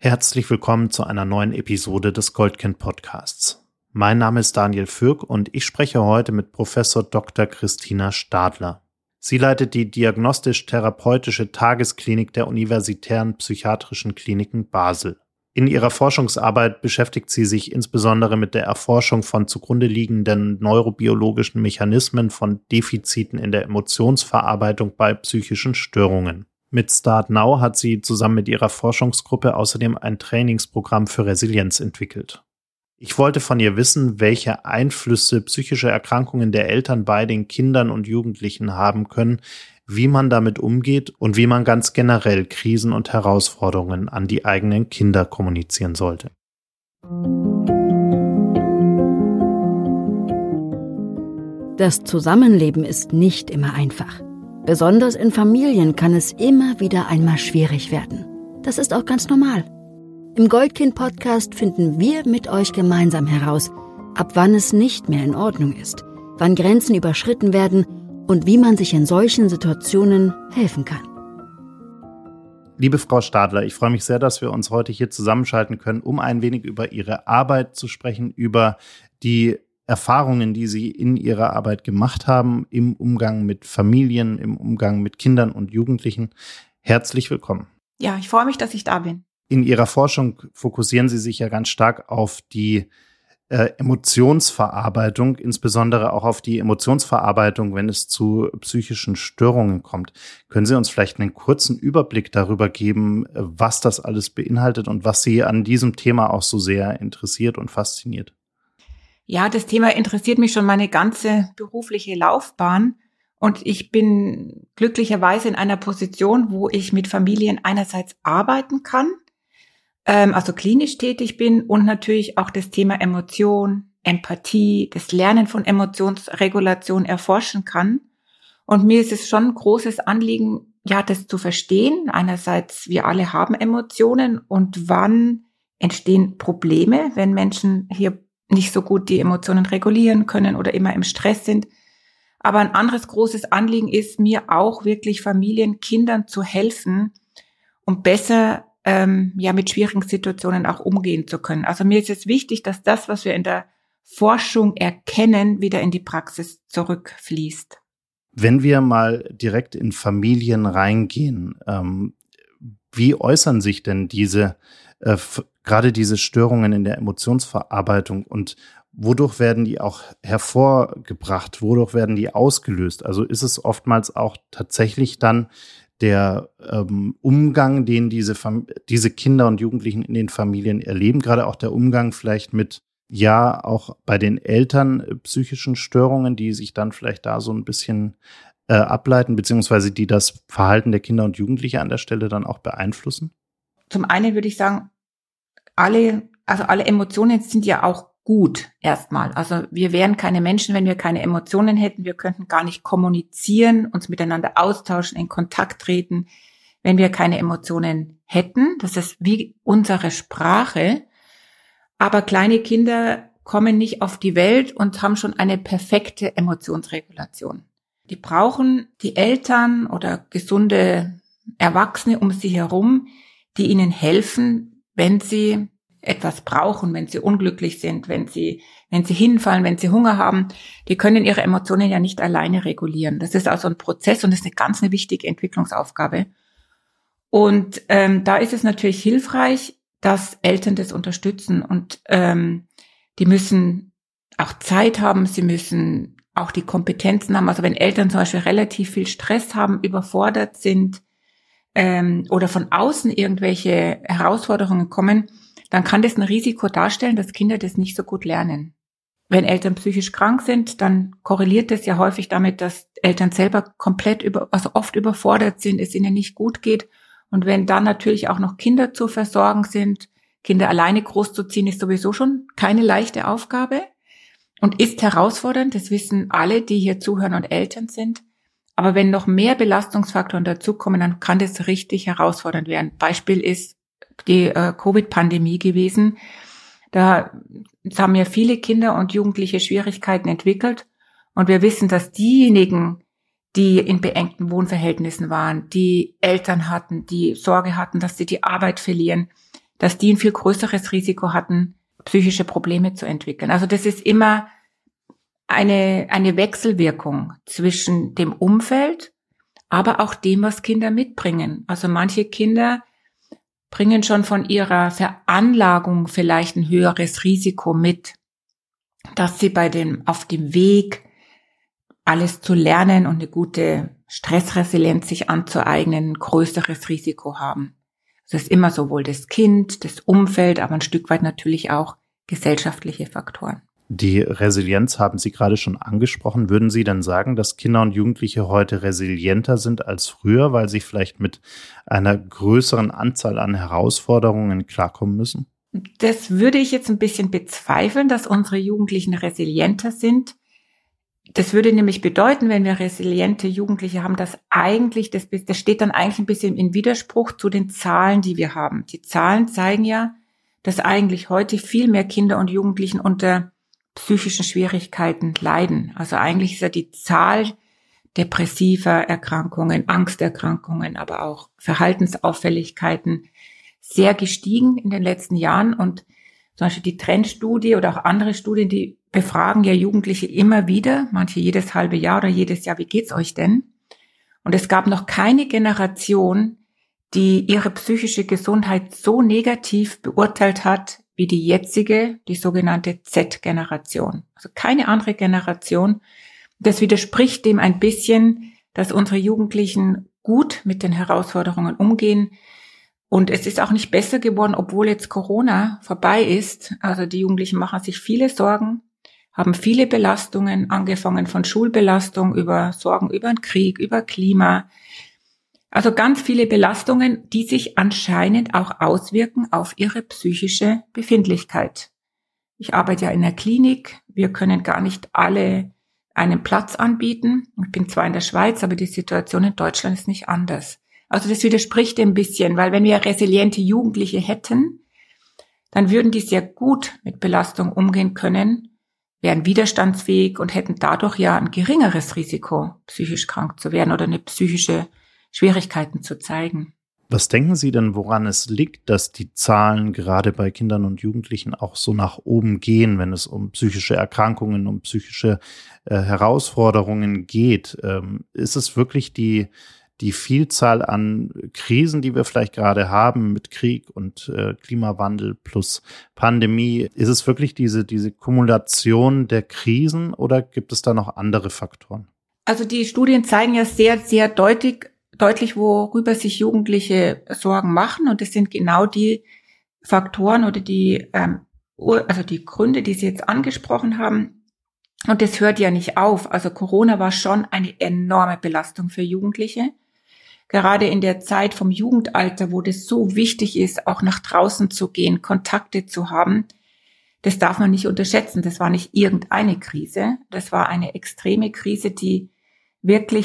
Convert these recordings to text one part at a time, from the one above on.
Herzlich willkommen zu einer neuen Episode des Goldkind-Podcasts. Mein Name ist Daniel Fürk und ich spreche heute mit Professor Dr. Christina Stadler. Sie leitet die diagnostisch-therapeutische Tagesklinik der Universitären Psychiatrischen Kliniken Basel. In ihrer Forschungsarbeit beschäftigt sie sich insbesondere mit der Erforschung von zugrunde liegenden neurobiologischen Mechanismen von Defiziten in der Emotionsverarbeitung bei psychischen Störungen. Mit Start Now hat sie zusammen mit ihrer Forschungsgruppe außerdem ein Trainingsprogramm für Resilienz entwickelt. Ich wollte von ihr wissen, welche Einflüsse psychische Erkrankungen der Eltern bei den Kindern und Jugendlichen haben können, wie man damit umgeht und wie man ganz generell Krisen und Herausforderungen an die eigenen Kinder kommunizieren sollte. Das Zusammenleben ist nicht immer einfach. Besonders in Familien kann es immer wieder einmal schwierig werden. Das ist auch ganz normal. Im Goldkind-Podcast finden wir mit euch gemeinsam heraus, ab wann es nicht mehr in Ordnung ist, wann Grenzen überschritten werden und wie man sich in solchen Situationen helfen kann. Liebe Frau Stadler, ich freue mich sehr, dass wir uns heute hier zusammenschalten können, um ein wenig über Ihre Arbeit zu sprechen, über die Erfahrungen, die Sie in Ihrer Arbeit gemacht haben, im Umgang mit Familien, im Umgang mit Kindern und Jugendlichen. Herzlich willkommen. Ja, ich freue mich, dass ich da bin. In Ihrer Forschung fokussieren Sie sich ja ganz stark auf die Emotionsverarbeitung, insbesondere auch auf die Emotionsverarbeitung, wenn es zu psychischen Störungen kommt. Können Sie uns vielleicht einen kurzen Überblick darüber geben, was das alles beinhaltet und was Sie an diesem Thema auch so sehr interessiert und fasziniert? Ja, das Thema interessiert mich schon meine ganze berufliche Laufbahn und ich bin glücklicherweise in einer Position, wo ich mit Familien einerseits arbeiten kann, also klinisch tätig bin und natürlich auch das Thema Emotion, Empathie, das Lernen von Emotionsregulation erforschen kann. Und mir ist es schon ein großes Anliegen, ja, das zu verstehen. Einerseits, wir alle haben Emotionen und wann entstehen Probleme, wenn Menschen hier nicht so gut die Emotionen regulieren können oder immer im Stress sind. Aber ein anderes großes Anliegen ist mir auch wirklich Familien, Kindern zu helfen, um besser mit schwierigen Situationen auch umgehen zu können. Also mir ist es wichtig, dass das, was wir in der Forschung erkennen, wieder in die Praxis zurückfließt. Wenn wir mal direkt in Familien reingehen, wie äußern sich denn gerade diese Störungen in der Emotionsverarbeitung und wodurch werden die auch hervorgebracht, wodurch werden die ausgelöst? Also ist es oftmals auch tatsächlich dann der Umgang, den diese Kinder und Jugendlichen in den Familien erleben, gerade auch der Umgang vielleicht mit, ja, auch bei den Eltern psychischen Störungen, die sich dann vielleicht da so ein bisschen ableiten, beziehungsweise die das Verhalten der Kinder und Jugendlichen an der Stelle dann auch beeinflussen? Zum einen würde ich sagen, alle Emotionen sind ja auch gut erstmal. Also wir wären keine Menschen, wenn wir keine Emotionen hätten. Wir könnten gar nicht kommunizieren, uns miteinander austauschen, in Kontakt treten, wenn wir keine Emotionen hätten. Das ist wie unsere Sprache. Aber kleine Kinder kommen nicht auf die Welt und haben schon eine perfekte Emotionsregulation. Die brauchen die Eltern oder gesunde Erwachsene um sie herum, die ihnen helfen, wenn sie etwas brauchen, wenn sie unglücklich sind, wenn sie hinfallen, wenn sie Hunger haben. Die können ihre Emotionen ja nicht alleine regulieren. Das ist also ein Prozess und das ist eine wichtige Entwicklungsaufgabe. Und da ist es natürlich hilfreich, dass Eltern das unterstützen und die müssen auch Zeit haben, sie müssen auch die Kompetenzen haben. Also wenn Eltern zum Beispiel relativ viel Stress haben, überfordert sind oder von außen irgendwelche Herausforderungen kommen, dann kann das ein Risiko darstellen, dass Kinder das nicht so gut lernen. Wenn Eltern psychisch krank sind, dann korreliert das ja häufig damit, dass Eltern selber oft überfordert sind, es ihnen nicht gut geht. Und wenn dann natürlich auch noch Kinder zu versorgen sind, Kinder alleine großzuziehen, ist sowieso schon keine leichte Aufgabe und ist herausfordernd. Das wissen alle, die hier zuhören und Eltern sind. Aber wenn noch mehr Belastungsfaktoren dazukommen, dann kann das richtig herausfordernd werden. Beispiel ist die Covid-Pandemie gewesen. Da haben ja viele Kinder und Jugendliche Schwierigkeiten entwickelt. Und wir wissen, dass diejenigen, die in beengten Wohnverhältnissen waren, die Eltern hatten, die Sorge hatten, dass sie die Arbeit verlieren, dass die ein viel größeres Risiko hatten, psychische Probleme zu entwickeln. Also das ist immer eine Wechselwirkung zwischen dem Umfeld, aber auch dem, was Kinder mitbringen. Also manche Kinder bringen schon von ihrer Veranlagung vielleicht ein höheres Risiko mit, dass sie auf dem Weg, alles zu lernen und eine gute Stressresilienz sich anzueignen, ein größeres Risiko haben. Das ist immer sowohl das Kind, das Umfeld, aber ein Stück weit natürlich auch gesellschaftliche Faktoren. Die Resilienz haben Sie gerade schon angesprochen. Würden Sie denn sagen, dass Kinder und Jugendliche heute resilienter sind als früher, weil sie vielleicht mit einer größeren Anzahl an Herausforderungen klarkommen müssen? Das würde ich jetzt ein bisschen bezweifeln, dass unsere Jugendlichen resilienter sind. Das würde nämlich bedeuten, wenn wir resiliente Jugendliche haben, dass eigentlich, das steht dann eigentlich ein bisschen in Widerspruch zu den Zahlen, die wir haben. Die Zahlen zeigen ja, dass eigentlich heute viel mehr Kinder und Jugendlichen unter psychischen Schwierigkeiten leiden. Also eigentlich ist ja die Zahl depressiver Erkrankungen, Angsterkrankungen, aber auch Verhaltensauffälligkeiten sehr gestiegen in den letzten Jahren. Und zum Beispiel die Trendstudie oder auch andere Studien, die befragen ja Jugendliche immer wieder, manche jedes halbe Jahr oder jedes Jahr, wie geht's euch denn? Und es gab noch keine Generation, die ihre psychische Gesundheit so negativ beurteilt hat, wie die jetzige, die sogenannte Z-Generation. Also keine andere Generation. Das widerspricht dem ein bisschen, dass unsere Jugendlichen gut mit den Herausforderungen umgehen. Und es ist auch nicht besser geworden, obwohl jetzt Corona vorbei ist. Also die Jugendlichen machen sich viele Sorgen, haben viele Belastungen, angefangen von Schulbelastung über Sorgen über den Krieg, über Klima. Also ganz viele Belastungen, die sich anscheinend auch auswirken auf ihre psychische Befindlichkeit. Ich arbeite ja in der Klinik. Wir können gar nicht alle einen Platz anbieten. Ich bin zwar in der Schweiz, aber die Situation in Deutschland ist nicht anders. Also das widerspricht ein bisschen, weil wenn wir resiliente Jugendliche hätten, dann würden die sehr gut mit Belastung umgehen können, wären widerstandsfähig und hätten dadurch ja ein geringeres Risiko, psychisch krank zu werden oder eine psychische Schwierigkeiten zu zeigen. Was denken Sie denn, woran es liegt, dass die Zahlen gerade bei Kindern und Jugendlichen auch so nach oben gehen, wenn es um psychische Erkrankungen, um psychische Herausforderungen geht? Ist es wirklich die Vielzahl an Krisen, die wir vielleicht gerade haben mit Krieg und Klimawandel plus Pandemie? Ist es wirklich diese Kumulation der Krisen oder gibt es da noch andere Faktoren? Also die Studien zeigen ja sehr, sehr deutlich, worüber sich Jugendliche Sorgen machen. Und das sind genau die Faktoren oder die Gründe, die Sie jetzt angesprochen haben. Und das hört ja nicht auf. Also Corona war schon eine enorme Belastung für Jugendliche. Gerade in der Zeit vom Jugendalter, wo das so wichtig ist, auch nach draußen zu gehen, Kontakte zu haben, das darf man nicht unterschätzen. Das war nicht irgendeine Krise. Das war eine extreme Krise, die wirklich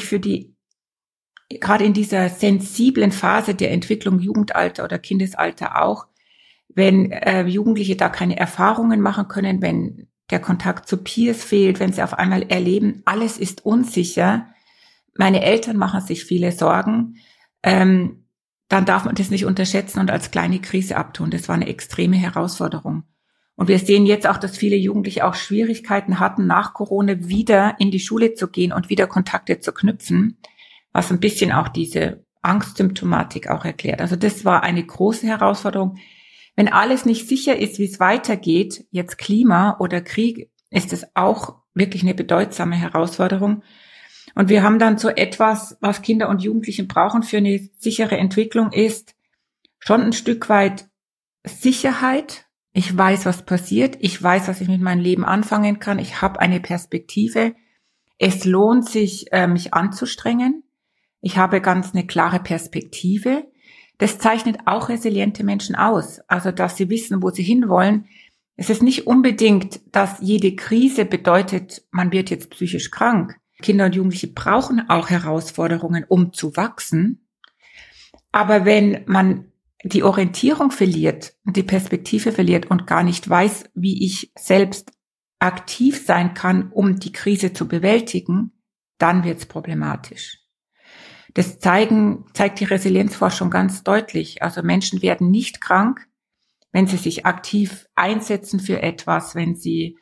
gerade in dieser sensiblen Phase der Entwicklung, Jugendalter oder Kindesalter auch, wenn Jugendliche da keine Erfahrungen machen können, wenn der Kontakt zu Peers fehlt, wenn sie auf einmal erleben, alles ist unsicher, meine Eltern machen sich viele Sorgen, dann darf man das nicht unterschätzen und als kleine Krise abtun. Das war eine extreme Herausforderung. Und wir sehen jetzt auch, dass viele Jugendliche auch Schwierigkeiten hatten, nach Corona wieder in die Schule zu gehen und wieder Kontakte zu knüpfen, was ein bisschen auch diese Angstsymptomatik auch erklärt. Also das war eine große Herausforderung. Wenn alles nicht sicher ist, wie es weitergeht, jetzt Klima oder Krieg, ist es auch wirklich eine bedeutsame Herausforderung. Und wir haben dann so etwas, was Kinder und Jugendliche brauchen für eine sichere Entwicklung, ist schon ein Stück weit Sicherheit. Ich weiß, was passiert. Ich weiß, was ich mit meinem Leben anfangen kann. Ich habe eine Perspektive. Es lohnt sich, mich anzustrengen. Ich habe ganz eine klare Perspektive. Das zeichnet auch resiliente Menschen aus. Also, dass sie wissen, wo sie hinwollen. Es ist nicht unbedingt, dass jede Krise bedeutet, man wird jetzt psychisch krank. Kinder und Jugendliche brauchen auch Herausforderungen, um zu wachsen. Aber wenn man die Orientierung verliert und die Perspektive verliert und gar nicht weiß, wie ich selbst aktiv sein kann, um die Krise zu bewältigen, dann wird es problematisch. Das zeigt die Resilienzforschung ganz deutlich. Also Menschen werden nicht krank, wenn sie sich aktiv einsetzen für etwas, wenn sie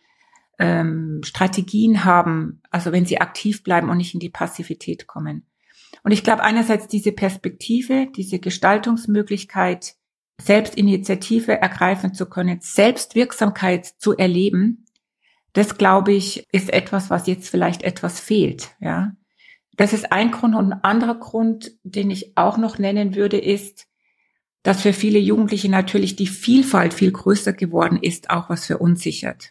Strategien haben, also wenn sie aktiv bleiben und nicht in die Passivität kommen. Und ich glaube einerseits diese Perspektive, diese Gestaltungsmöglichkeit, Selbstinitiative ergreifen zu können, Selbstwirksamkeit zu erleben, das glaube ich, ist etwas, was jetzt vielleicht etwas fehlt, ja. Das ist ein Grund, und ein anderer Grund, den ich auch noch nennen würde, ist, dass für viele Jugendliche natürlich die Vielfalt viel größer geworden ist, auch was verunsichert.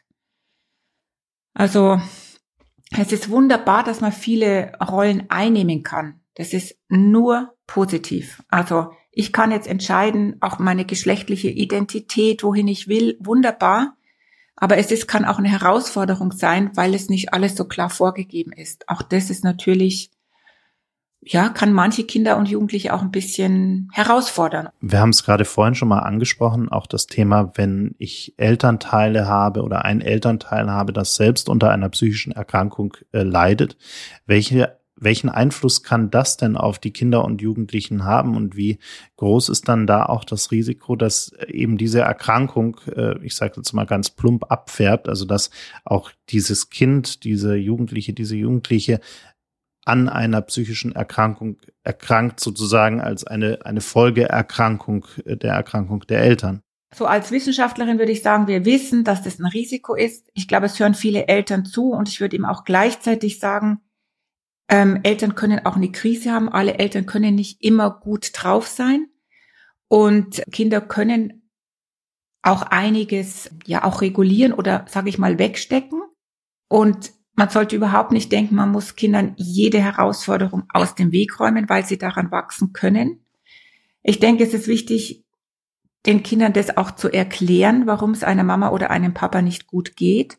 Also es ist wunderbar, dass man viele Rollen einnehmen kann. Das ist nur positiv. Also ich kann jetzt entscheiden, auch meine geschlechtliche Identität, wohin ich will, wunderbar. Aber kann auch eine Herausforderung sein, weil es nicht alles so klar vorgegeben ist. Auch das ist natürlich, ja, kann manche Kinder und Jugendliche auch ein bisschen herausfordern. Wir haben es gerade vorhin schon mal angesprochen, auch das Thema, wenn ich Elternteile habe oder ein Elternteil habe, das selbst unter einer psychischen Erkrankung leidet. Welchen Einfluss kann das denn auf die Kinder und Jugendlichen haben und wie groß ist dann da auch das Risiko, dass eben diese Erkrankung, ich sage jetzt mal ganz plump, abfärbt, also dass auch dieses Kind, diese Jugendliche an einer psychischen Erkrankung erkrankt, sozusagen als eine Folgeerkrankung der Erkrankung der Eltern? So als Wissenschaftlerin würde ich sagen, wir wissen, dass das ein Risiko ist. Ich glaube, es hören viele Eltern zu und ich würde ihm auch gleichzeitig sagen, Eltern können auch eine Krise haben. Alle Eltern können nicht immer gut drauf sein und Kinder können auch einiges ja auch regulieren oder, sage ich mal, wegstecken. Und man sollte überhaupt nicht denken, man muss Kindern jede Herausforderung aus dem Weg räumen, weil sie daran wachsen können. Ich denke, es ist wichtig, den Kindern das auch zu erklären, warum es einer Mama oder einem Papa nicht gut geht.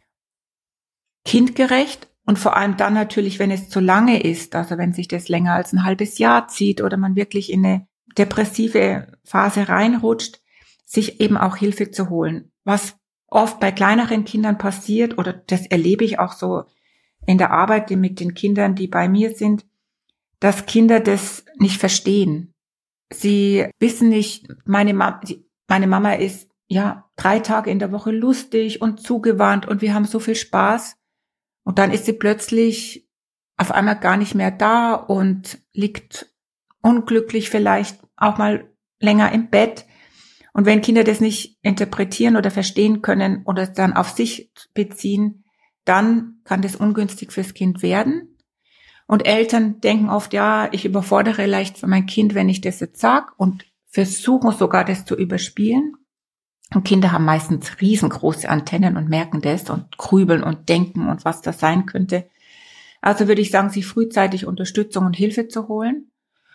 Kindgerecht und vor allem dann natürlich, wenn es zu lange ist, also wenn sich das länger als ein halbes Jahr zieht oder man wirklich in eine depressive Phase reinrutscht, sich eben auch Hilfe zu holen. Was oft bei kleineren Kindern passiert, oder das erlebe ich auch so in der Arbeit mit den Kindern, die bei mir sind, dass Kinder das nicht verstehen. Sie wissen nicht, meine Mama ist ja 3 Tage in der Woche lustig und zugewandt und wir haben so viel Spaß. Und dann ist sie plötzlich auf einmal gar nicht mehr da und liegt unglücklich vielleicht auch mal länger im Bett. Und wenn Kinder das nicht interpretieren oder verstehen können oder es dann auf sich beziehen, dann kann das ungünstig fürs Kind werden. Und Eltern denken oft, ja, ich überfordere leicht für mein Kind, wenn ich das jetzt sage, und versuchen sogar, das zu überspielen. Und Kinder haben meistens riesengroße Antennen und merken das und grübeln und denken und was das sein könnte. Also würde ich sagen, sich frühzeitig Unterstützung und Hilfe zu holen.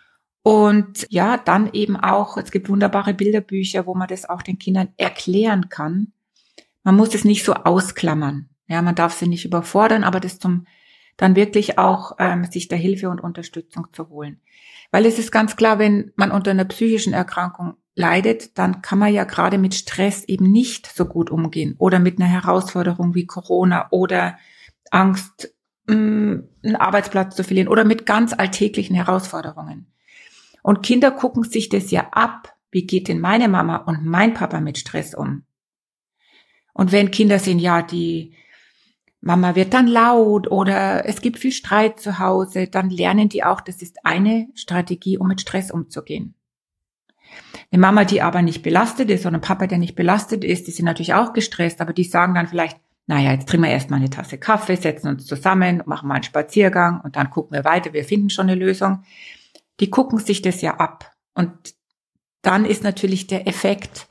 Und ja, dann eben auch, es gibt wunderbare Bilderbücher, wo man das auch den Kindern erklären kann. Man muss es nicht so ausklammern. Ja, man darf sie nicht überfordern, aber das dann wirklich auch sich da Hilfe und Unterstützung zu holen. Weil es ist ganz klar, wenn man unter einer psychischen Erkrankung leidet, dann kann man ja gerade mit Stress eben nicht so gut umgehen oder mit einer Herausforderung wie Corona oder Angst, einen Arbeitsplatz zu verlieren oder mit ganz alltäglichen Herausforderungen. Und Kinder gucken sich das ja ab. Wie geht denn meine Mama und mein Papa mit Stress um? Und wenn Kinder sehen, ja, die Mama wird dann laut oder es gibt viel Streit zu Hause, dann lernen die auch, das ist eine Strategie, um mit Stress umzugehen. Eine Mama, die aber nicht belastet ist, oder ein Papa, der nicht belastet ist, die sind natürlich auch gestresst, aber die sagen dann vielleicht, naja, jetzt trinken wir erstmal eine Tasse Kaffee, setzen uns zusammen, machen mal einen Spaziergang und dann gucken wir weiter, wir finden schon eine Lösung. Die gucken sich das ja ab. Und dann ist natürlich der Effekt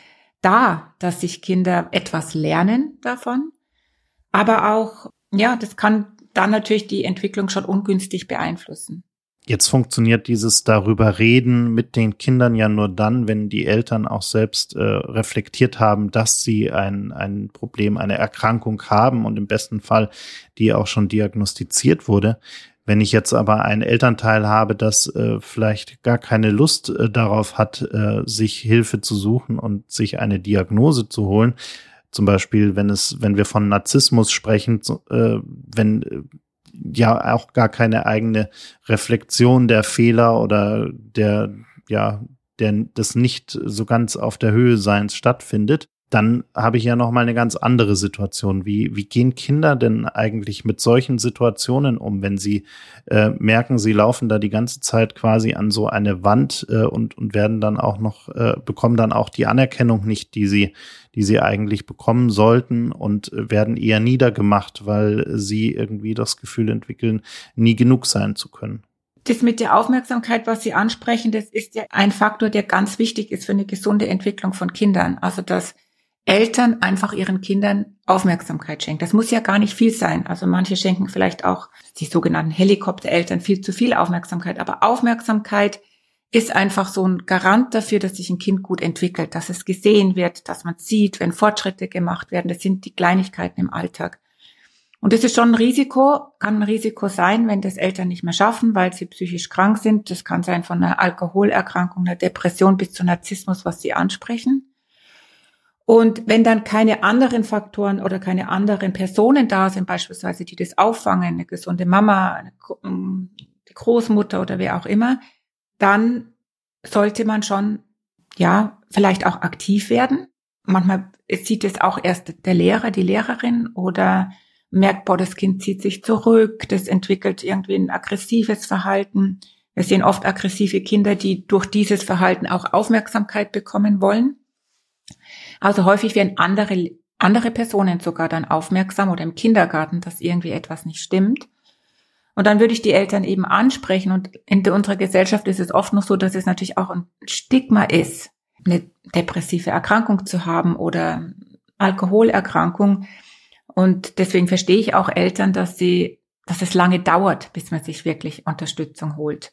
da, dass sich Kinder etwas lernen davon. Aber auch, ja, das kann dann natürlich die Entwicklung schon ungünstig beeinflussen. Jetzt funktioniert dieses darüber reden mit den Kindern ja nur dann, wenn die Eltern auch selbst reflektiert haben, dass sie ein Problem, eine Erkrankung haben und im besten Fall die auch schon diagnostiziert wurde. Wenn ich jetzt aber einen Elternteil habe, das vielleicht gar keine Lust darauf hat, sich Hilfe zu suchen und sich eine Diagnose zu holen, zum Beispiel, wenn wir von Narzissmus sprechen, wenn ja auch gar keine eigene Reflexion der Fehler oder der das nicht so ganz auf der Höhe Seins stattfindet, dann habe ich ja nochmal eine ganz andere Situation. Wie gehen Kinder denn eigentlich mit solchen Situationen um, wenn sie merken, sie laufen da die ganze Zeit quasi an so eine Wand und werden dann auch noch, bekommen dann auch die Anerkennung nicht, die sie eigentlich bekommen sollten und werden eher niedergemacht, weil sie irgendwie das Gefühl entwickeln, nie genug sein zu können. Das mit der Aufmerksamkeit, was Sie ansprechen, das ist ja ein Faktor, der ganz wichtig ist für eine gesunde Entwicklung von Kindern. Also, dass Eltern einfach ihren Kindern Aufmerksamkeit schenken. Das muss ja gar nicht viel sein. Also manche schenken vielleicht auch die sogenannten Helikoptereltern viel zu viel Aufmerksamkeit. Aber Aufmerksamkeit ist einfach so ein Garant dafür, dass sich ein Kind gut entwickelt, dass es gesehen wird, dass man sieht, wenn Fortschritte gemacht werden. Das sind die Kleinigkeiten im Alltag. Und das ist schon ein Risiko, kann ein Risiko sein, wenn das Eltern nicht mehr schaffen, weil sie psychisch krank sind. Das kann sein von einer Alkoholerkrankung, einer Depression bis zu Narzissmus, was Sie ansprechen. Und wenn dann keine anderen Faktoren oder keine anderen Personen da sind, beispielsweise, die das auffangen, eine gesunde Mama, die Großmutter oder wer auch immer, dann sollte man schon, ja, vielleicht auch aktiv werden. Manchmal sieht es auch erst der Lehrer, die Lehrerin oder merkt, boah, das Kind zieht sich zurück, das entwickelt irgendwie ein aggressives Verhalten. Wir sehen oft aggressive Kinder, die durch dieses Verhalten auch Aufmerksamkeit bekommen wollen. Also häufig werden andere Personen sogar dann aufmerksam oder im Kindergarten, dass irgendwie etwas nicht stimmt. Und dann würde ich die Eltern eben ansprechen. Und in unserer Gesellschaft ist es oft noch so, dass es natürlich auch ein Stigma ist, eine depressive Erkrankung zu haben oder Alkoholerkrankung. Und deswegen verstehe ich auch Eltern, dass es lange dauert, bis man sich wirklich Unterstützung holt.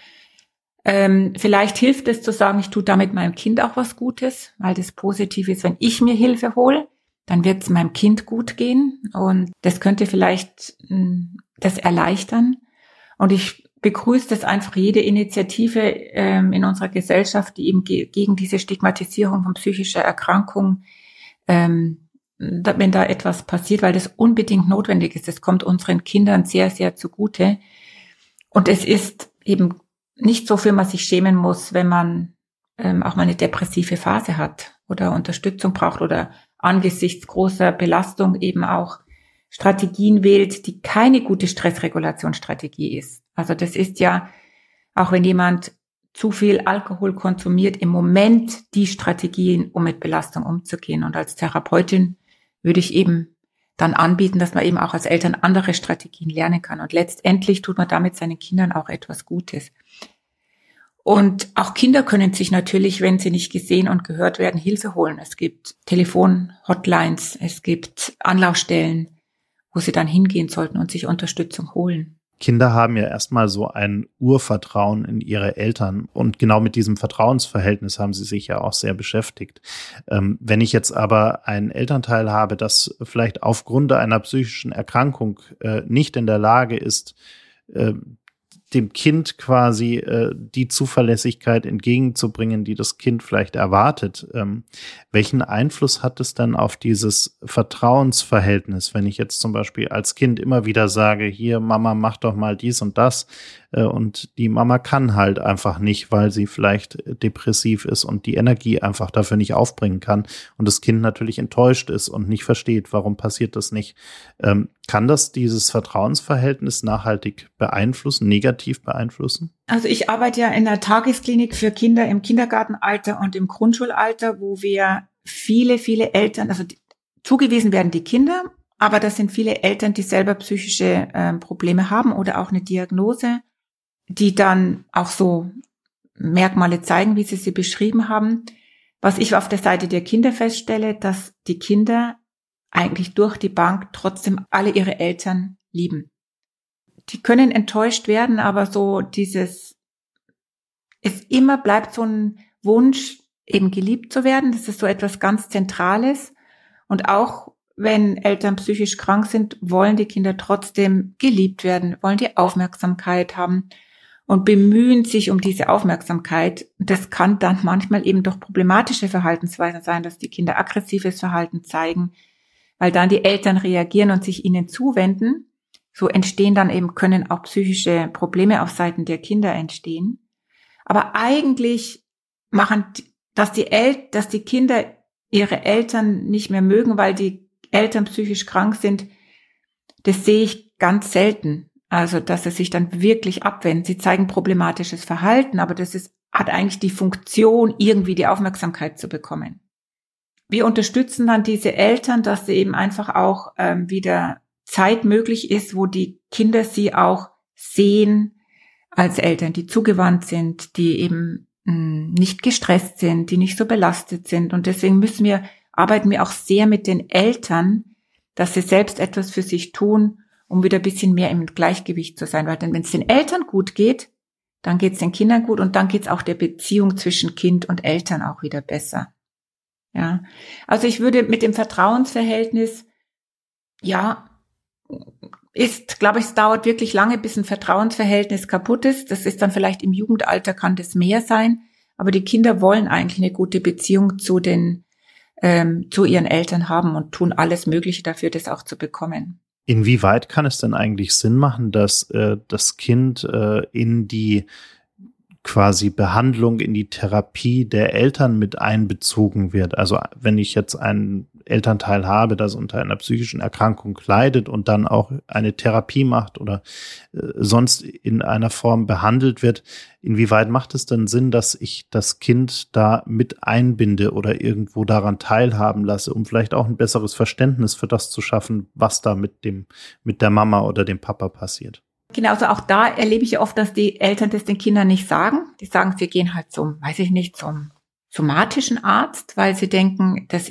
Vielleicht hilft es zu sagen, ich tue damit meinem Kind auch was Gutes, weil das Positive ist, wenn ich mir Hilfe hole, dann wird es meinem Kind gut gehen und das könnte vielleicht das erleichtern. Und ich begrüße das einfach, jede Initiative in unserer Gesellschaft, die eben gegen diese Stigmatisierung von psychischer Erkrankung, wenn da etwas passiert, weil das unbedingt notwendig ist. Das kommt unseren Kindern sehr, sehr zugute. Und es ist eben nicht so, für man sich schämen muss, wenn man auch mal eine depressive Phase hat oder Unterstützung braucht oder angesichts großer Belastung eben auch Strategien wählt, die keine gute Stressregulationsstrategie ist. Also das ist ja, auch wenn jemand zu viel Alkohol konsumiert, im Moment die Strategien, um mit Belastung umzugehen. Und als Therapeutin würde ich eben dann anbieten, dass man eben auch als Eltern andere Strategien lernen kann. Und letztendlich tut man damit seinen Kindern auch etwas Gutes. Und auch Kinder können sich natürlich, wenn sie nicht gesehen und gehört werden, Hilfe holen. Es gibt Telefon-Hotlines, es gibt Anlaufstellen, wo sie dann hingehen sollten und sich Unterstützung holen. Kinder haben ja erstmal so ein Urvertrauen in ihre Eltern und genau mit diesem Vertrauensverhältnis haben sie sich ja auch sehr beschäftigt. Wenn ich jetzt aber einen Elternteil habe, das vielleicht aufgrund einer psychischen Erkrankung nicht in der Lage ist, dem Kind quasi die Zuverlässigkeit entgegenzubringen, die das Kind vielleicht erwartet. Welchen Einfluss hat es dann auf dieses Vertrauensverhältnis, wenn ich jetzt zum Beispiel als Kind immer wieder sage, hier Mama, mach doch mal dies und das, und die Mama kann halt einfach nicht, weil sie vielleicht depressiv ist und die Energie einfach dafür nicht aufbringen kann und das Kind natürlich enttäuscht ist und nicht versteht, warum passiert das nicht. Kann das dieses Vertrauensverhältnis nachhaltig beeinflussen, negativ beeinflussen? Also ich arbeite ja in einer Tagesklinik für Kinder im Kindergartenalter und im Grundschulalter, wo wir viele, viele Eltern, also zugewiesen werden die Kinder, aber das sind viele Eltern, die selber psychische Probleme haben oder auch eine Diagnose, die dann auch so Merkmale zeigen, wie sie beschrieben haben. Was ich auf der Seite der Kinder feststelle, dass die Kinder eigentlich durch die Bank trotzdem alle ihre Eltern lieben. Die können enttäuscht werden, aber so es immer bleibt so ein Wunsch, eben geliebt zu werden. Das ist so etwas ganz Zentrales. Und auch wenn Eltern psychisch krank sind, wollen die Kinder trotzdem geliebt werden, wollen die Aufmerksamkeit haben und bemühen sich um diese Aufmerksamkeit. Das kann dann manchmal eben durch problematische Verhaltensweisen sein, dass die Kinder aggressives Verhalten zeigen, weil dann die Eltern reagieren und sich ihnen zuwenden. So entstehen dann eben, können auch psychische Probleme auf Seiten der Kinder entstehen. Aber eigentlich machen, dass die Kinder ihre Eltern nicht mehr mögen, weil die Eltern psychisch krank sind, das sehe ich ganz selten. Also, dass sie sich dann wirklich abwenden. Sie zeigen problematisches Verhalten, aber hat eigentlich die Funktion, irgendwie die Aufmerksamkeit zu bekommen. Wir unterstützen dann diese Eltern, dass sie eben einfach auch wieder Zeit möglich ist, wo die Kinder sie auch sehen als Eltern, die zugewandt sind, die eben nicht gestresst sind, die nicht so belastet sind. Und deswegen arbeiten wir auch sehr mit den Eltern, dass sie selbst etwas für sich tun, um wieder ein bisschen mehr im Gleichgewicht zu sein. Weil dann, wenn es den Eltern gut geht, dann geht es den Kindern gut und dann geht es auch der Beziehung zwischen Kind und Eltern auch wieder besser. Ja, also ich würde mit dem Vertrauensverhältnis, glaube ich, es dauert wirklich lange, bis ein Vertrauensverhältnis kaputt ist. Das ist dann vielleicht im Jugendalter, kann das mehr sein, aber die Kinder wollen eigentlich eine gute Beziehung zu ihren Eltern haben und tun alles Mögliche dafür, das auch zu bekommen. Inwieweit kann es denn eigentlich Sinn machen, dass das Kind in die quasi Behandlung, in die Therapie der Eltern mit einbezogen wird? Also wenn ich jetzt einen Elternteil habe, das unter einer psychischen Erkrankung leidet und dann auch eine Therapie macht oder sonst in einer Form behandelt wird, inwieweit macht es denn Sinn, dass ich das Kind da mit einbinde oder irgendwo daran teilhaben lasse, um vielleicht auch ein besseres Verständnis für das zu schaffen, was da mit der Mama oder dem Papa passiert? Genau, also auch da erlebe ich ja oft, dass die Eltern das den Kindern nicht sagen. Die sagen, sie gehen halt zum somatischen Arzt, weil sie denken, das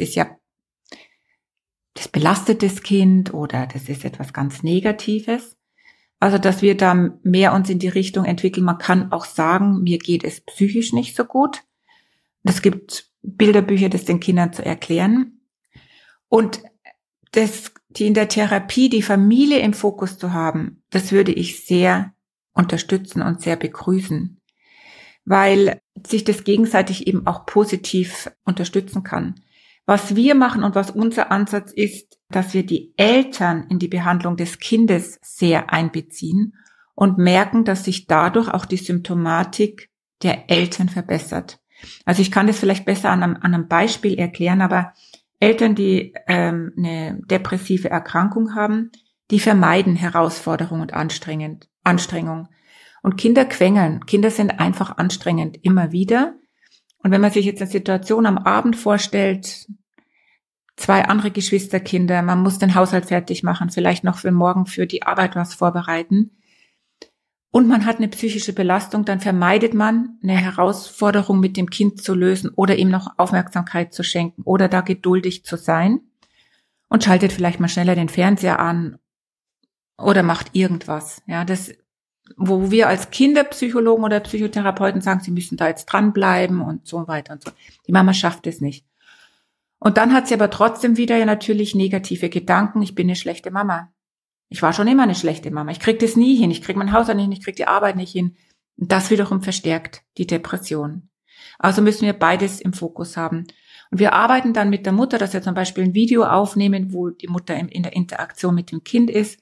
belastet das Kind oder das ist etwas ganz Negatives. Also, dass wir da mehr uns in die Richtung entwickeln. Man kann auch sagen, mir geht es psychisch nicht so gut. Es gibt Bilderbücher, das den Kindern zu erklären. Und die in der Therapie die Familie im Fokus zu haben, das würde ich sehr unterstützen und sehr begrüßen, weil sich das gegenseitig eben auch positiv unterstützen kann. Was wir machen und was unser Ansatz ist, dass wir die Eltern in die Behandlung des Kindes sehr einbeziehen und merken, dass sich dadurch auch die Symptomatik der Eltern verbessert. Also ich kann das vielleicht besser an einem Beispiel erklären, aber Eltern, die eine depressive Erkrankung haben, die vermeiden Herausforderung und Anstrengung. Und Kinder quengeln. Kinder sind einfach anstrengend, immer wieder. Und wenn man sich jetzt eine Situation am Abend vorstellt, 2 andere Geschwisterkinder, man muss den Haushalt fertig machen, vielleicht noch für morgen für die Arbeit was vorbereiten, und man hat eine psychische Belastung, dann vermeidet man eine Herausforderung mit dem Kind zu lösen oder ihm noch Aufmerksamkeit zu schenken oder da geduldig zu sein und schaltet vielleicht mal schneller den Fernseher an oder macht irgendwas. Ja, das, wo wir als Kinderpsychologen oder Psychotherapeuten sagen, sie müssen da jetzt dranbleiben und so weiter und so. Die Mama schafft es nicht. Und dann hat sie aber trotzdem wieder ja natürlich negative Gedanken. Ich bin eine schlechte Mama. Ich war schon immer eine schlechte Mama. Ich krieg das nie hin. Ich krieg mein Haushalt nicht hin. Ich krieg die Arbeit nicht hin. Und das wiederum verstärkt die Depression. Also müssen wir beides im Fokus haben. Und wir arbeiten dann mit der Mutter, dass wir zum Beispiel ein Video aufnehmen, wo die Mutter in der Interaktion mit dem Kind ist.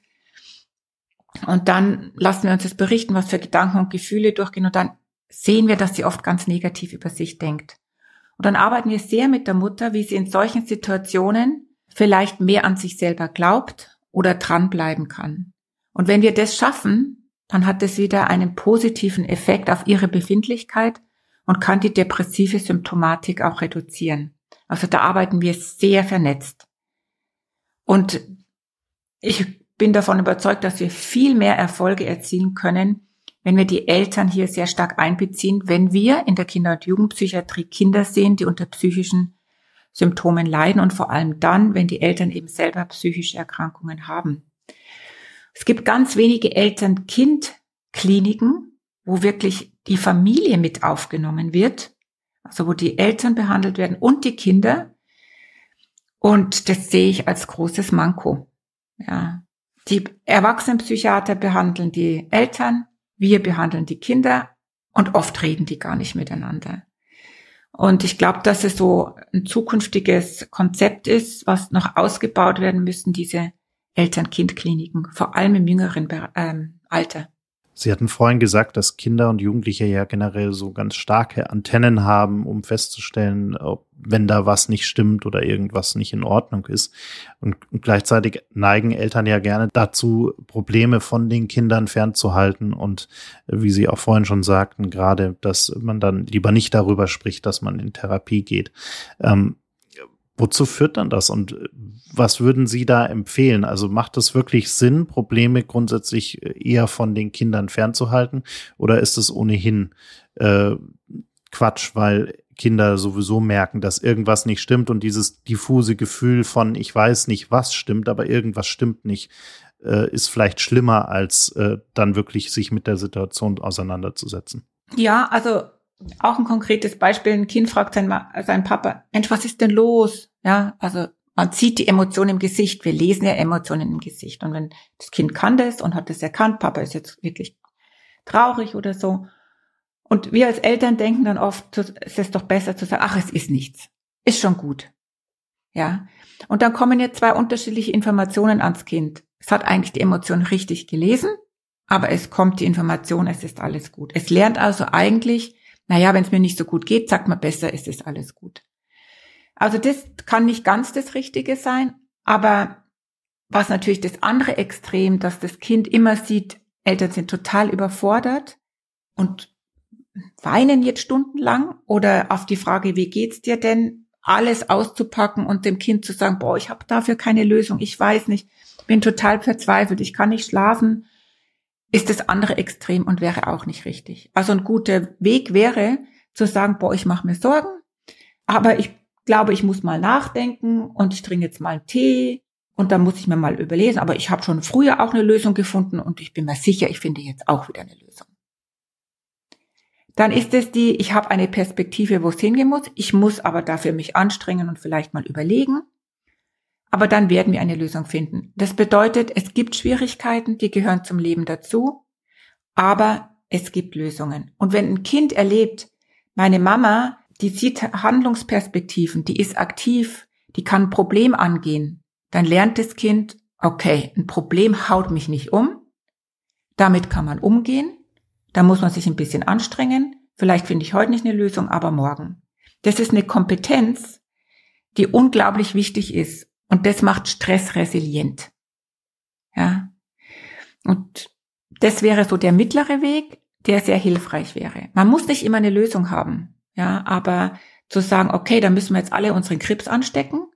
Und dann lassen wir uns das berichten, was für Gedanken und Gefühle durchgehen. Und dann sehen wir, dass sie oft ganz negativ über sich denkt. Und dann arbeiten wir sehr mit der Mutter, wie sie in solchen Situationen vielleicht mehr an sich selber glaubt oder dranbleiben kann. Und wenn wir das schaffen, dann hat es wieder einen positiven Effekt auf ihre Befindlichkeit und kann die depressive Symptomatik auch reduzieren. Also da arbeiten wir sehr vernetzt. Und ich bin davon überzeugt, dass wir viel mehr Erfolge erzielen können, wenn wir die Eltern hier sehr stark einbeziehen, wenn wir in der Kinder- und Jugendpsychiatrie Kinder sehen, die unter psychischen Symptomen leiden und vor allem dann, wenn die Eltern eben selber psychische Erkrankungen haben. Es gibt ganz wenige Eltern-Kind-Kliniken, wo wirklich die Familie mit aufgenommen wird, also wo die Eltern behandelt werden und die Kinder. Und das sehe ich als großes Manko. Ja. Die Erwachsenenpsychiater behandeln die Eltern, wir behandeln die Kinder und oft reden die gar nicht miteinander. Und ich glaube, dass es so ein zukünftiges Konzept ist, was noch ausgebaut werden müssen, diese Eltern-Kind-Kliniken, vor allem im jüngeren Alter. Sie hatten vorhin gesagt, dass Kinder und Jugendliche ja generell so ganz starke Antennen haben, um festzustellen, wenn da was nicht stimmt oder irgendwas nicht in Ordnung ist. Und gleichzeitig neigen Eltern ja gerne dazu, Probleme von den Kindern fernzuhalten. Und wie Sie auch vorhin schon sagten, gerade, dass man dann lieber nicht darüber spricht, dass man in Therapie geht. Wozu führt dann das und was würden Sie da empfehlen? Also macht es wirklich Sinn, Probleme grundsätzlich eher von den Kindern fernzuhalten oder ist es ohnehin Quatsch, weil Kinder sowieso merken, dass irgendwas nicht stimmt und dieses diffuse Gefühl von ich weiß nicht, was stimmt, aber irgendwas stimmt nicht, ist vielleicht schlimmer, als dann wirklich sich mit der Situation auseinanderzusetzen? Ja, also auch ein konkretes Beispiel, ein Kind fragt seinen Papa, Mensch, was ist denn los? Ja, also man sieht die Emotionen im Gesicht, wir lesen ja Emotionen im Gesicht. Und wenn das Kind kann das und hat das erkannt, Papa ist jetzt wirklich traurig oder so. Und wir als Eltern denken dann oft, es ist doch besser zu sagen, ach, es ist nichts, ist schon gut. Ja, und dann kommen jetzt zwei unterschiedliche Informationen ans Kind. Es hat eigentlich die Emotion richtig gelesen, aber es kommt die Information, es ist alles gut. Es lernt also eigentlich, naja, wenn es mir nicht so gut geht, sagt man besser, es ist alles gut. Also das kann nicht ganz das Richtige sein, aber was natürlich das andere Extrem, dass das Kind immer sieht, Eltern sind total überfordert und weinen jetzt stundenlang oder auf die Frage, wie geht's dir denn, alles auszupacken und dem Kind zu sagen, boah, ich habe dafür keine Lösung, ich weiß nicht, bin total verzweifelt, ich kann nicht schlafen, ist das andere Extrem und wäre auch nicht richtig. Also ein guter Weg wäre zu sagen, boah, ich mache mir Sorgen, aber ich glaube, ich muss mal nachdenken und ich trinke jetzt mal einen Tee und dann muss ich mir mal überlesen, aber ich habe schon früher auch eine Lösung gefunden und ich bin mir sicher, ich finde jetzt auch wieder eine Lösung. Dann ist es ich habe eine Perspektive, wo es hingehen muss, ich muss aber dafür mich anstrengen und vielleicht mal überlegen, aber dann werden wir eine Lösung finden. Das bedeutet, es gibt Schwierigkeiten, die gehören zum Leben dazu, aber es gibt Lösungen. Und wenn ein Kind erlebt, meine Mama, die sieht Handlungsperspektiven, die ist aktiv, die kann ein Problem angehen, dann lernt das Kind, okay, ein Problem haut mich nicht um, damit kann man umgehen, da muss man sich ein bisschen anstrengen, vielleicht finde ich heute nicht eine Lösung, aber morgen. Das ist eine Kompetenz, die unglaublich wichtig ist und das macht Stress resilient. Ja. Und das wäre so der mittlere Weg, der sehr hilfreich wäre. Man muss nicht immer eine Lösung haben. Ja, aber zu sagen, okay, dann müssen wir jetzt alle unseren Krebs anstecken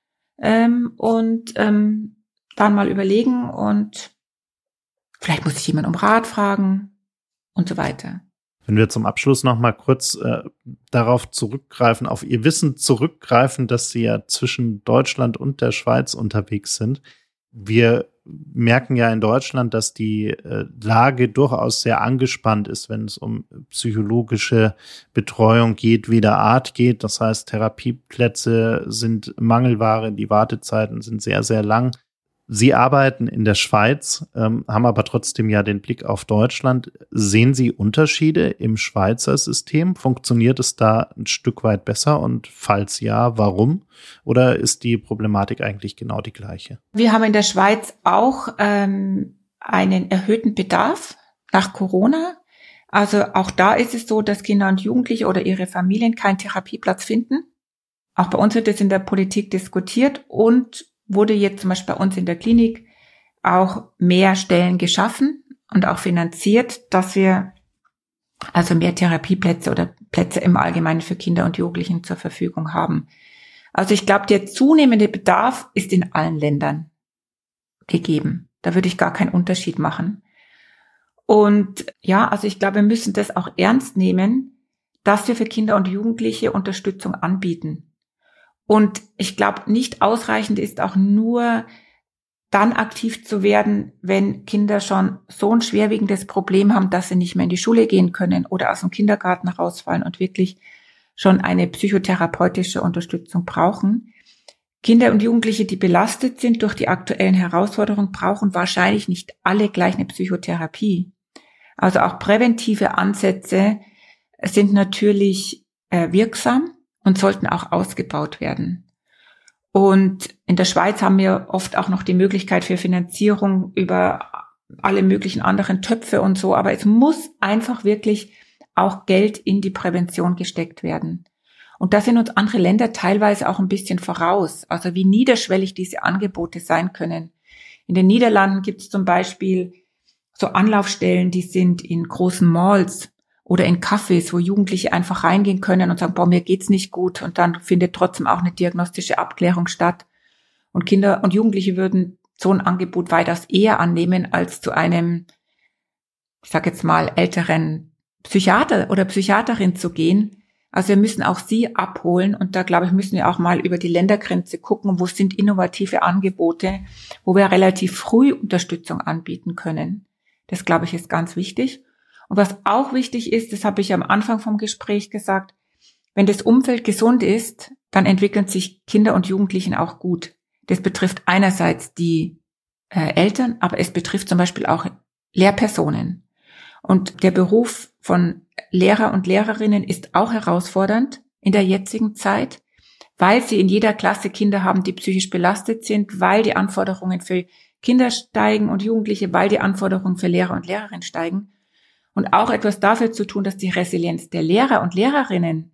und dann mal überlegen und vielleicht muss ich jemand um Rat fragen und so weiter. Wenn wir zum Abschluss noch mal kurz darauf zurückgreifen, auf Ihr Wissen zurückgreifen, dass Sie ja zwischen Deutschland und der Schweiz unterwegs sind. Wir merken ja in Deutschland, dass die Lage durchaus sehr angespannt ist, wenn es um psychologische Betreuung jeder Art geht. Das heißt, Therapieplätze sind Mangelware, die Wartezeiten sind sehr, sehr lang. Sie arbeiten in der Schweiz, haben aber trotzdem ja den Blick auf Deutschland. Sehen Sie Unterschiede im Schweizer System? Funktioniert es da ein Stück weit besser? Und falls ja, warum? Oder ist die Problematik eigentlich genau die gleiche? Wir haben in der Schweiz auch einen erhöhten Bedarf nach Corona. Also auch da ist es so, dass Kinder und Jugendliche oder ihre Familien keinen Therapieplatz finden. Auch bei uns wird es in der Politik diskutiert und wurde jetzt zum Beispiel bei uns in der Klinik auch mehr Stellen geschaffen und auch finanziert, dass wir also mehr Therapieplätze oder Plätze im Allgemeinen für Kinder und Jugendlichen zur Verfügung haben. Also ich glaube, der zunehmende Bedarf ist in allen Ländern gegeben. Da würde ich gar keinen Unterschied machen. Und ja, also ich glaube, wir müssen das auch ernst nehmen, dass wir für Kinder und Jugendliche Unterstützung anbieten. Und ich glaube, nicht ausreichend ist auch nur dann aktiv zu werden, wenn Kinder schon so ein schwerwiegendes Problem haben, dass sie nicht mehr in die Schule gehen können oder aus dem Kindergarten rausfallen und wirklich schon eine psychotherapeutische Unterstützung brauchen. Kinder und Jugendliche, die belastet sind durch die aktuellen Herausforderungen, brauchen wahrscheinlich nicht alle gleich eine Psychotherapie. Also auch präventive Ansätze sind natürlich wirksam und sollten auch ausgebaut werden. Und in der Schweiz haben wir oft auch noch die Möglichkeit für Finanzierung über alle möglichen anderen Töpfe und so, aber es muss einfach wirklich auch Geld in die Prävention gesteckt werden. Und da sind uns andere Länder teilweise auch ein bisschen voraus, also wie niederschwellig diese Angebote sein können. In den Niederlanden gibt es zum Beispiel so Anlaufstellen, die sind in großen Malls oder in Cafés, wo Jugendliche einfach reingehen können und sagen, boah, mir geht's nicht gut, und dann findet trotzdem auch eine diagnostische Abklärung statt. Und Kinder und Jugendliche würden so ein Angebot weitaus eher annehmen, als zu einem, ich sag jetzt mal, älteren Psychiater oder Psychiaterin zu gehen. Also wir müssen auch sie abholen, und da, glaube ich, müssen wir auch mal über die Ländergrenze gucken, wo sind innovative Angebote, wo wir relativ früh Unterstützung anbieten können. Das, glaube ich, ist ganz wichtig. Und was auch wichtig ist, das habe ich am Anfang vom Gespräch gesagt, wenn das Umfeld gesund ist, dann entwickeln sich Kinder und Jugendlichen auch gut. Das betrifft einerseits die Eltern, aber es betrifft zum Beispiel auch Lehrpersonen. Und der Beruf von Lehrer und Lehrerinnen ist auch herausfordernd in der jetzigen Zeit, weil sie in jeder Klasse Kinder haben, die psychisch belastet sind, weil die Anforderungen für Kinder steigen und Jugendliche, weil die Anforderungen für Lehrer und Lehrerinnen steigen. Und auch etwas dafür zu tun, dass die Resilienz der Lehrer und Lehrerinnen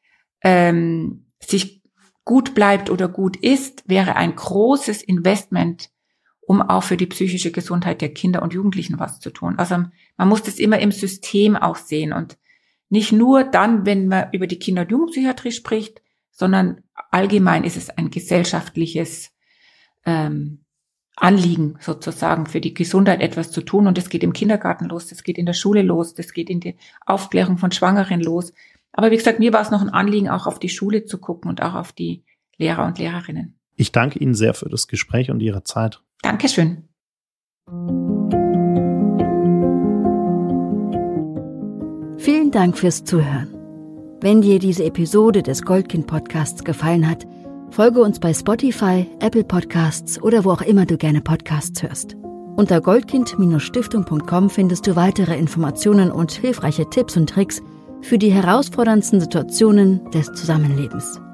sich gut bleibt oder gut ist, wäre ein großes Investment, um auch für die psychische Gesundheit der Kinder und Jugendlichen was zu tun. Also man muss das immer im System auch sehen und nicht nur dann, wenn man über die Kinder- und Jugendpsychiatrie spricht, sondern allgemein ist es ein gesellschaftliches Anliegen sozusagen, für die Gesundheit etwas zu tun. Und das geht im Kindergarten los, das geht in der Schule los, das geht in die Aufklärung von Schwangeren los. Aber wie gesagt, mir war es noch ein Anliegen, auch auf die Schule zu gucken und auch auf die Lehrer und Lehrerinnen. Ich danke Ihnen sehr für das Gespräch und Ihre Zeit. Dankeschön. Vielen Dank fürs Zuhören. Wenn dir diese Episode des Goldkind-Podcasts gefallen hat, folge uns bei Spotify, Apple Podcasts oder wo auch immer du gerne Podcasts hörst. Unter goldkind-stiftung.com findest du weitere Informationen und hilfreiche Tipps und Tricks für die herausforderndsten Situationen des Zusammenlebens.